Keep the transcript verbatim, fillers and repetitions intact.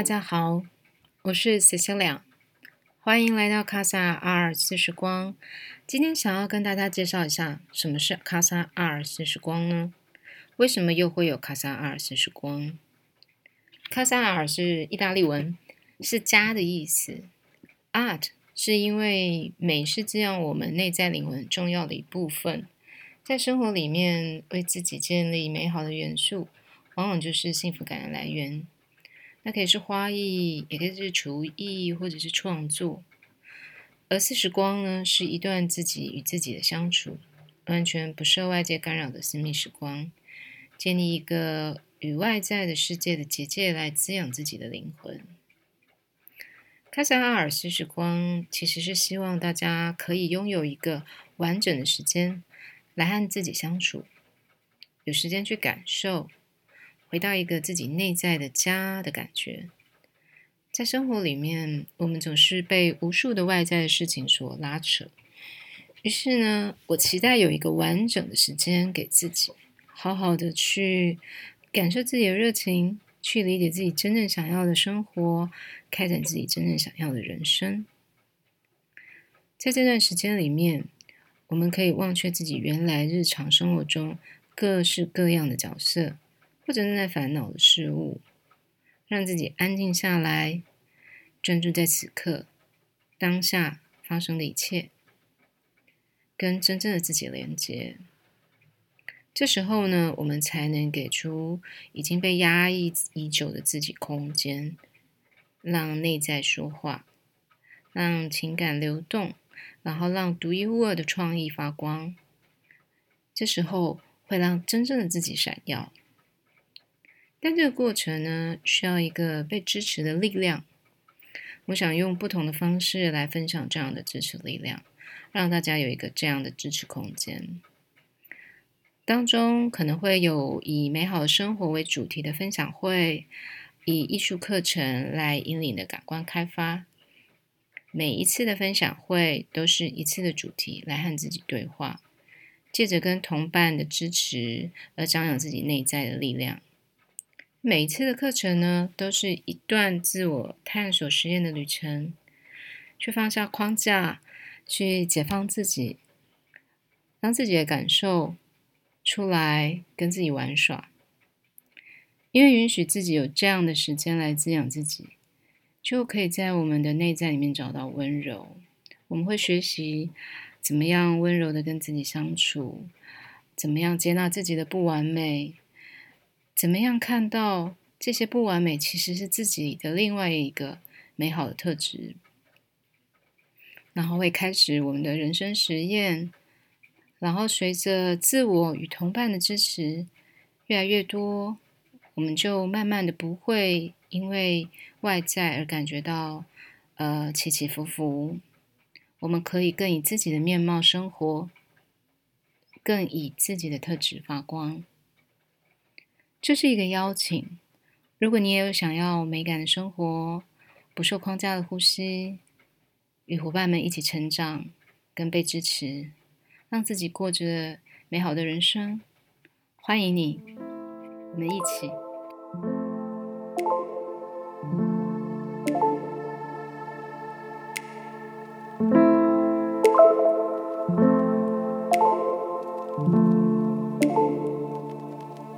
大家好，我是 Cecilia， 欢迎来到卡萨阿尔四时光。今天想要跟大家介绍一下什么是卡萨阿尔四时光呢？为什么又会有卡萨阿尔四时光？卡萨阿尔是意大利文，是家的意思。Art 是因为美是滋养我们内在灵魂很重要的一部分，在生活里面为自己建立美好的元素，往往就是幸福感的来源。那可以是花艺，也可以是厨艺，或者是创作。而四时光呢，是一段自己与自己的相处，完全不受外界干扰的私密时光，建立一个与外在的世界的结界来滋养自己的灵魂。卡萨阿尔四时光其实是希望大家可以拥有一个完整的时间来和自己相处，有时间去感受，回到一个自己内在的家的感觉。在生活里面，我们总是被无数的外在的事情所拉扯，于是呢，我期待有一个完整的时间给自己，好好的去感受自己的热情，去理解自己真正想要的生活，开展自己真正想要的人生。在这段时间里面，我们可以忘却自己原来日常生活中各式各样的角色，或者正在烦恼的事物，让自己安静下来，专注在此刻当下发生的一切，跟真正的自己连接。这时候呢，我们才能给出已经被压抑已久的自己空间，让内在说话，让情感流动，然后让独一无二的创意发光。这时候会让真正的自己闪耀。但这个过程呢，需要一个被支持的力量。我想用不同的方式来分享这样的支持力量，让大家有一个这样的支持空间。当中可能会有以美好的生活为主题的分享会，以艺术课程来引领的感官开发。每一次的分享会都是一次的主题来和自己对话，借着跟同伴的支持而张扬自己内在的力量。每一次的课程呢，都是一段自我探索实验的旅程，去放下框架，去解放自己，让自己的感受出来跟自己玩耍。因为允许自己有这样的时间来滋养自己，就可以在我们的内在里面找到温柔。我们会学习怎么样温柔的跟自己相处，怎么样接纳自己的不完美，怎么样看到这些不完美其实是自己的另外一个美好的特质。然后会开始我们的人生实验，然后随着自我与同伴的支持越来越多，我们就慢慢的不会因为外在而感觉到呃起起伏伏。我们可以更以自己的面貌生活，更以自己的特质发光。这是一个邀请，如果你也有想要美感的生活，不受框架的呼吸，与伙伴们一起成长，跟被支持，让自己过着美好的人生，欢迎你，我们一起。